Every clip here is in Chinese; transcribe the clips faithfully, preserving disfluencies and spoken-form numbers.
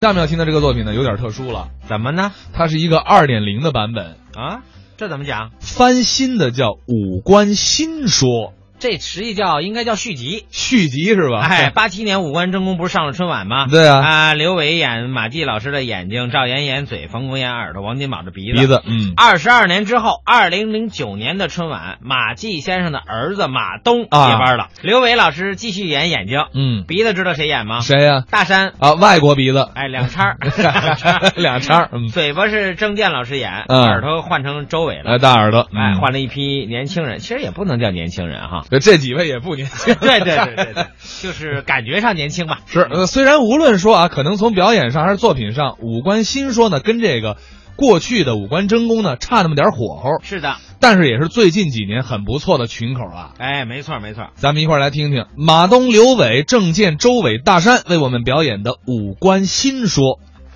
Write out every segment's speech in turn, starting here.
下面要听的这个作品呢，有点特殊了。 怎么呢？ 它是一个 二点零 的版本啊，这怎么讲？ 翻新的叫《五官新说》。 这实际叫应该叫续集， 续集是吧？ 哎，八七年五官争功不是上了春晚吗？ 对啊， 啊，刘伟演马季老师的眼睛，赵岩演嘴，冯巩演耳朵，王金宝的鼻子。 鼻子，嗯。 二十二年之后，二零零九年的春晚，马季先生的儿子马东接班了，啊、刘伟老师继续演眼睛， 嗯， 鼻子知道谁演吗？ 谁呀、啊？ 大山啊，外国鼻子， 哎，两叉， 两叉，嗯， 嘴巴是郑健老师演， 嗯、 耳朵换成周伟了， 哎，大耳朵，嗯、 哎，换了一批年轻人，其实也不能叫年轻人哈， 这几位也不。不年轻， 对对对对对，就是感觉上年轻吧。 是，呃，虽然无论说啊，可能从表演上还是作品上，五官新说呢，跟这个过去的五官争功呢差那么点火候。 是的， 但是也是最近几年很不错的群口啊。 哎，没错没错， 咱们一块儿来听听马东、刘伟、郑健、周伟、大山为我们表演的五官新说。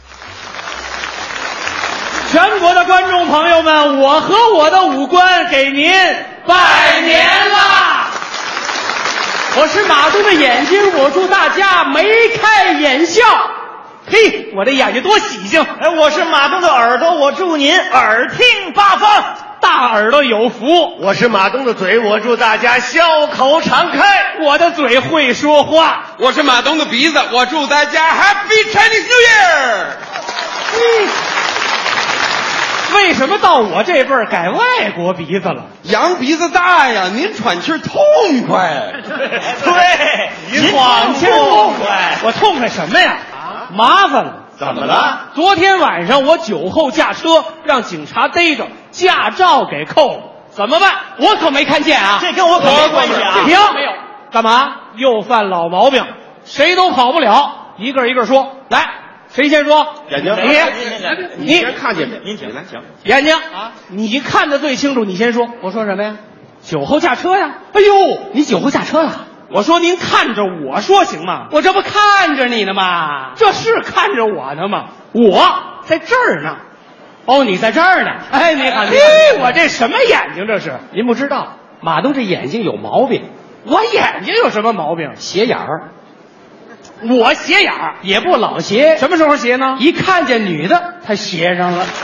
全国的观众朋友们，我和我的五官给您拜年啦！我是马东的眼睛，我祝大家眉开眼笑。嘿，我的眼睛多喜庆！ 哎，我是马东的耳朵，我祝您耳听八方， 大耳朵有福。 我是马东的嘴，我祝大家笑口常开， 我的嘴会说话。 我是马东的鼻子，我祝大家 Happy Chinese New Year。 嗯，为什么到我这辈儿改外国鼻子了？ 羊鼻子大呀，您喘气痛快。 对， 您喘气痛快。我痛快什么呀？啊，麻烦了。 怎么了？ 昨天晚上我酒后驾车，让警察逮着，驾照给扣了，怎么办？我可没看见啊！ 这跟我可没关系啊！ 停，没有，干嘛？又犯老毛病，谁都跑不了。一个一个说，来。谁先说？ 眼睛， 你你先看见您请来，行。 眼睛啊，你看得最清楚，你先说。我说什么呀？酒后驾车呀！哎呦，你酒后驾车了？我说您看着我说行吗？我这不看着你呢吗？这是看着我呢吗？我在这儿呢。哦，你在这儿呢？哎，你看，嘿，我这什么眼睛这是？您不知道，马东这眼睛有毛病。我眼睛有什么毛病？斜眼儿。我斜眼儿也不老斜，什么时候斜呢？一看见女的，他斜上了。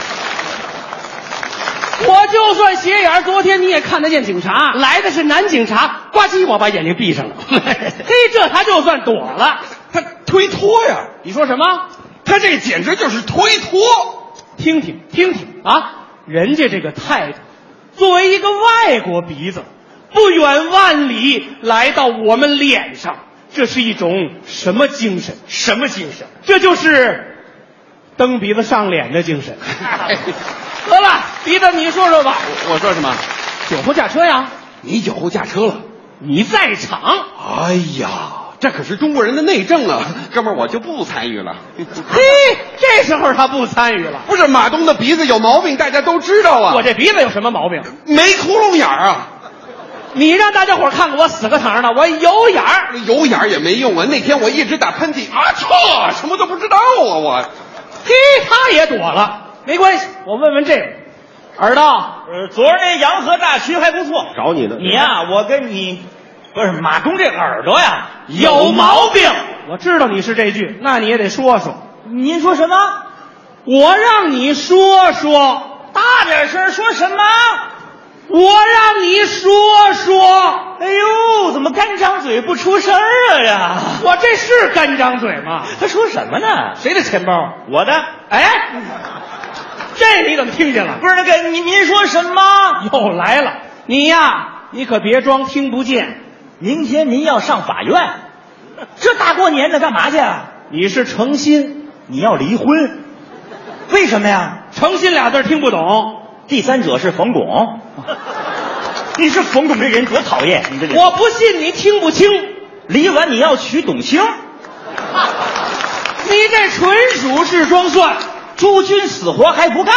我就算斜眼儿，昨天你也看得见警察，来的是男警察，呱唧，我把眼睛闭上了。嘿，这他就算躲了。 他推脱呀！ 你说什么？ 他这简直就是推脱。 听听听听啊，人家这个态度，作为一个外国鼻子，不远万里来到我们脸上。这是一种什么精神？ 什么精神？ 这就是蹬鼻子上脸的精神。得了，鼻子你说说吧。 我, 我说什么？ 酒后驾车呀？ 你酒后驾车了？ 你在场？ 哎呀，这可是中国人的内政啊，哥们儿，我就不参与了。 嘿，这时候他不参与了。 不是马东的鼻子有毛病，大家都知道啊。 我这鼻子有什么毛病？ 没窟窿眼儿啊。 你让大家伙看看我死个堂呢，我有眼儿， 有眼儿也没用啊！那天我一直打喷嚏，啊操，什么都不知道啊我。 嘿，他也躲了，没关系，我问问这个耳朵。 呃，昨儿那洋河大曲还不错， 找你呢。 你呀、啊，我跟你不是马东这耳朵呀有毛病。我知道你是这句，那你也得说说。 您说什么？ 我让你说说， 大点声，说什么？ 我让你说说。 哎呦，怎么干张嘴不出声儿呀？ 我这是干张嘴吗？ 他说什么呢？ 谁的钱包？ 我的。 哎，这你怎么听见了？ 不是那个，您您说什么？ 又来了，你呀，你可别装听不见。 明天您要上法院，这大过年的干嘛去啊？ 你是诚心， 你要离婚，为什么呀？ 诚心俩字听不懂。 第三者是冯巩，你是冯巩这人多讨厌！你这人， 我不信你听不清。 离完你要娶董卿， 你这纯属是装蒜， 诸君死活还不干，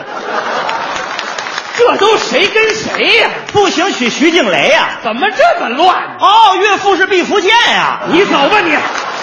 这都谁跟谁呀、啊？ 不行，娶徐静蕾呀、 啊？怎么这么乱？ 哦，岳父是毕福剑呀、啊！ 你走吧你。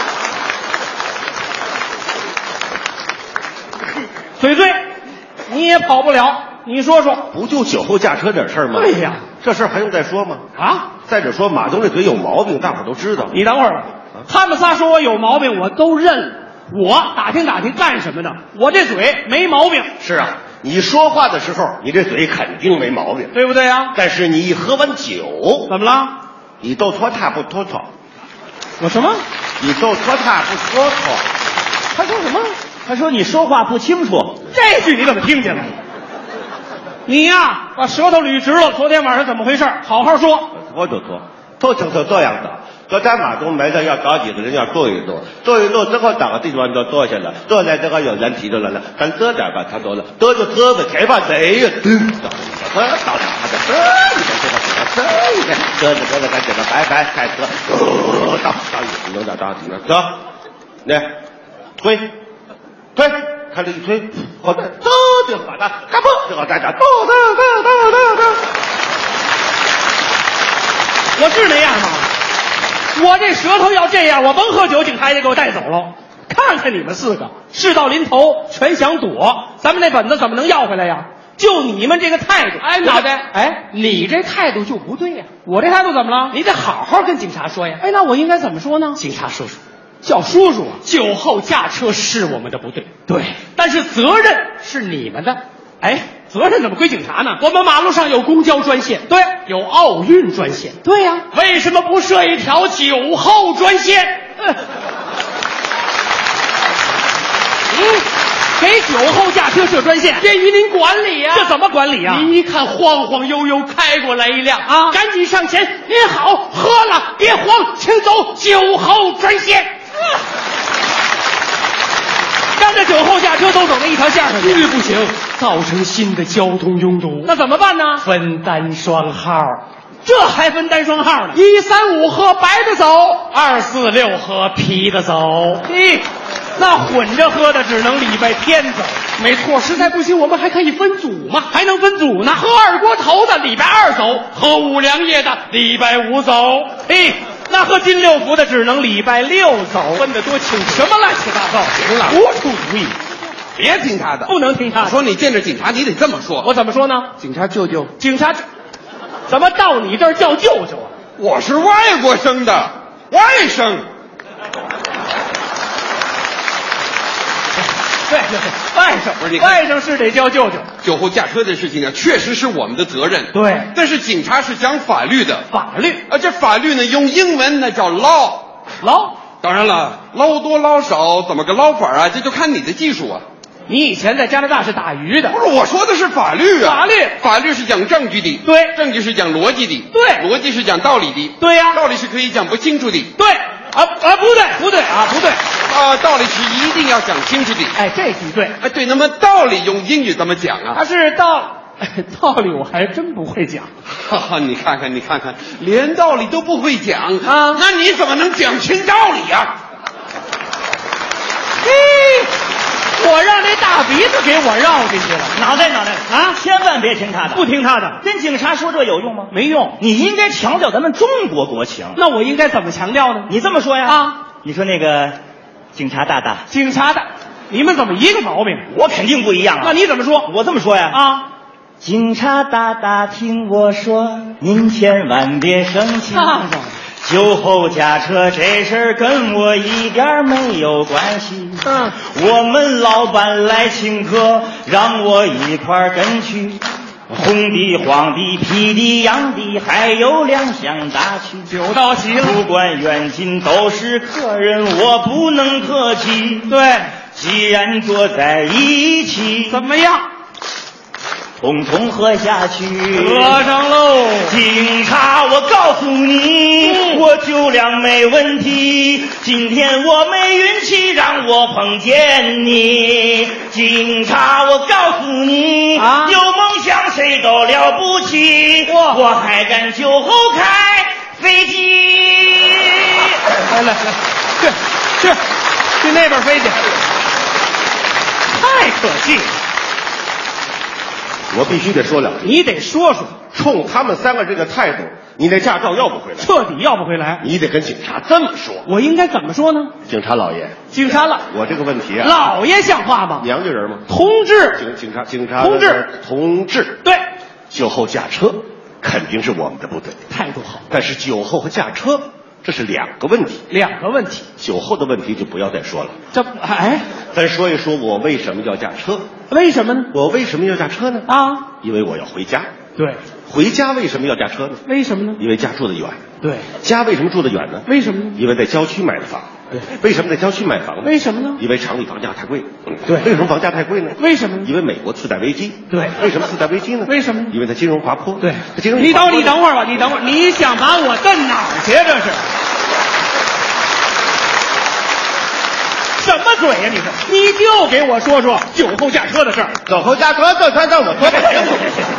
嘴嘴，你也跑不了。你说说， 不就酒后驾车点事儿吗？ 对呀， 这事儿还用再说吗？ 啊！ 再者说，马东这嘴有毛病，大伙儿都知道。 你等会儿吧，他们仨说我有毛病，我都认了。 我打听打听干什么呢？我这嘴没毛病。 是啊，你说话的时候，你这嘴肯定没毛病， 对不对啊？ 但是你一喝完酒， 怎么了？ 你都说他不妥妥， 我什么？ 你都说他不妥妥。 他说什么？ 他说你说话不清楚。 这句你怎么听见了？你呀，把舌头捋直了。昨天晚上怎么回事？好好说。 我就说，头成是这样的。昨天马东没人要找几个人要坐一坐，坐一坐之后找个地方就坐下了，坐来这个有人提出来了，咱这点吧，他说了，这就这个开发谁呀？噔，到到到他的这一个这个这个这一个，这这这个这个拜拜开车，到到有点到停了，走，来推推，看这一推，我这走就把它干不，这个在这，走走走走走走。 我是那样吗？我这舌头要这样，我甭喝酒，警察也给我带走了。看看你们四个，事到临头全想躲，咱们那本子怎么能要回来呀？就你们这个态度，哎，脑袋，哎，你这态度就不对呀。我这态度怎么了？你得好好跟警察说呀。哎，那我应该怎么说呢？警察叔叔，叫叔叔啊。酒后驾车是我们的不对，对，但是责任是你们的。哎，责任怎么归警察呢？我们马路上有公交专线，对，有奥运专线，对呀、啊。为什么不设一条酒后专线？嗯，嗯，给酒后驾车设专线，便于您管理呀、啊。这怎么管理啊？您一看晃晃悠悠开过来一辆啊，赶紧上前，您好，喝了别慌，请走酒后专线。啊让这酒后驾车都走到一条线上去，不行，造成新的交通拥堵。那怎么办呢？分单双号，这还分单双号呢？一三五喝白的走，二四六喝啤的走。嘿，那混着喝的只能礼拜天走。没错，实在不行我们还可以分组嘛，还能分组呢。喝二锅头的礼拜二走，喝五粮液的礼拜五走。嘿。那喝金六福的只能礼拜六走，分得多清楚，什么乱七八糟！行了，胡出主意， 别听他的， 不能听他的。 说你见着警察，你得这么说。 我怎么说呢？ 警察舅舅， 警察，怎么到你这儿叫舅舅啊？ 我是外国生的，外甥。 对对对，外甥不是你，外甥是得叫舅舅。 酒后驾车的事情呢，确实是我们的责任。 对， 但是警察是讲法律的， 法律啊，这法律呢，用英文呢叫 law。 捞， 当然了，捞多捞少，怎么个捞法啊？这就看你的技术啊。 你以前在加拿大是打鱼的， 不是我说的是法律啊， 法律， 法律是讲证据的， 对， 证据是讲逻辑的， 对， 逻辑是讲道理的， 对呀、啊， 道理是可以讲不清楚的， 对，啊啊不对不对啊不对啊，道理是一定要讲清楚的， 哎，这句对， 哎对，那么道理用英语怎么讲啊？ 它是道。道理我还真不会讲， 哈哈，你看看，你看看，连道理都不会讲啊， 那你怎么能讲清道理呀？ 嘿，我让那大鼻子给我绕进去了。 脑袋脑袋啊，千万别听他的， 不听他的。 跟警察说这有用吗？ 没用。 你应该强调咱们中国国情。 那我应该怎么强调呢？ 你这么说呀？ 啊， 你说那个警察大大， 警察大，你们怎么一个毛病？ 我肯定不一样啊。 那你怎么说？ 我这么说呀。 啊。 警察大大听我说，您千万别生气。酒后驾车这事儿跟我一点没有关系。 嗯， 我们老板来请客，让我一块儿跟去。红的、黄的、啤的、洋的，还有两箱大曲。 酒到齐了， 不管远近都是客人，我不能客气。 对， 既然坐在一起， 怎么样？ 统统喝下去， 喝上喽！ 警察，我告诉你，嗯、我酒量没问题。今天我没运气，让我碰见你。警察，我告诉你， 啊、 有梦想谁都了不起。我我还敢酒后开飞机。 来来来，去去去那边飞去，太可气了。 我必须得说两句， 你得说说， 冲他们三个这个态度，你那驾照要不回来， 彻底要不回来。 你得跟警察这么说。 我应该怎么说呢？ 警察老爷， 警察了， 我这个问题啊， 老爷像话吗？ 娘家人吗？ 同志， 警警察警察同志同志， 对， 酒后驾车肯定是我们的不对， 态度好。 但是酒后和驾车这是两个问题， 两个问题。 酒后的问题就不要再说了。 这哎， 咱说一说我为什么要驾车？ 为什么呢？ 我为什么要驾车呢？ 啊， 因为我要回家。 对， 回家为什么要驾车呢？ 为什么呢？ 因为家住得远。 对， 家为什么住得远呢？ 为什么呢？ 因为在郊区买的房。 对， 为什么在郊区买房呢？ 为什么呢？ 因为城里房价太贵。 对， 为什么房价太贵呢？ 为什么呢？ 因为美国次贷危机。 对， 为什么次贷危机呢？ 为什么呢？ 因为它金融滑坡。 对， 金融你等会儿，你等会儿吧，你等会儿，你想把我蹬哪儿去？这是什么嘴呀？你是，你就给我说说酒后驾车的事儿。 酒后驾车，这他让我说的清楚。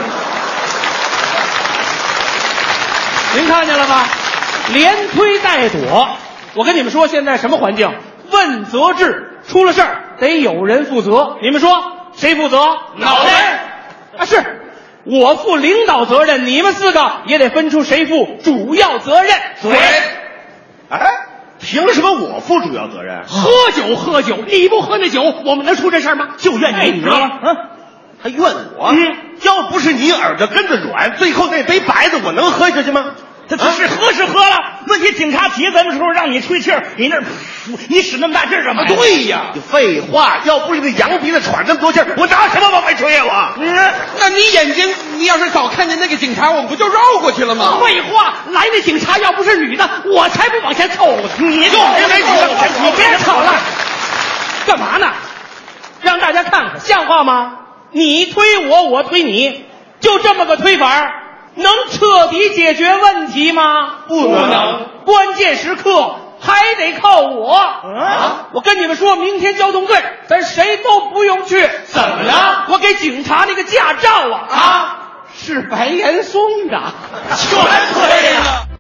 您看见了吧？连推带躲。我跟你们说，现在什么环境？问责制，出了事儿得有人负责。你们说谁负责？ 脑袋啊，是我负领导责任，你们四个也得分出谁负主要责任。 对， 哎，凭什么我负主要责任？ 喝酒喝酒，你不喝那酒，我们能出这事儿吗？ 就怨你，你知道吗？嗯，还怨我？嗯，要不是你耳朵根子软，最后那杯白的我能喝下去吗？ 这这是喝是喝了，问题警察提咱们时候让你吹气儿，你那你使那么大劲儿干嘛？ 对呀，废话，要不是那羊鼻子喘那么多气儿，我拿什么往外吹呀？我， 嗯，那你眼睛，你要是早看见那个警察，我们不就绕过去了吗？ 废话，来那警察要不是女的，我才不往前凑呢。 你就因为你， 你别吵了，干嘛呢？让大家看看，像话吗？你推我，我推你，就这么个推法，能彻底解决问题吗？ 不能， 关键时刻还得靠我。啊！我跟你们说，明天交通队咱谁都不用去。 怎么了？ 我给警察那个驾照啊， 啊， 是白岩松的， 全推了。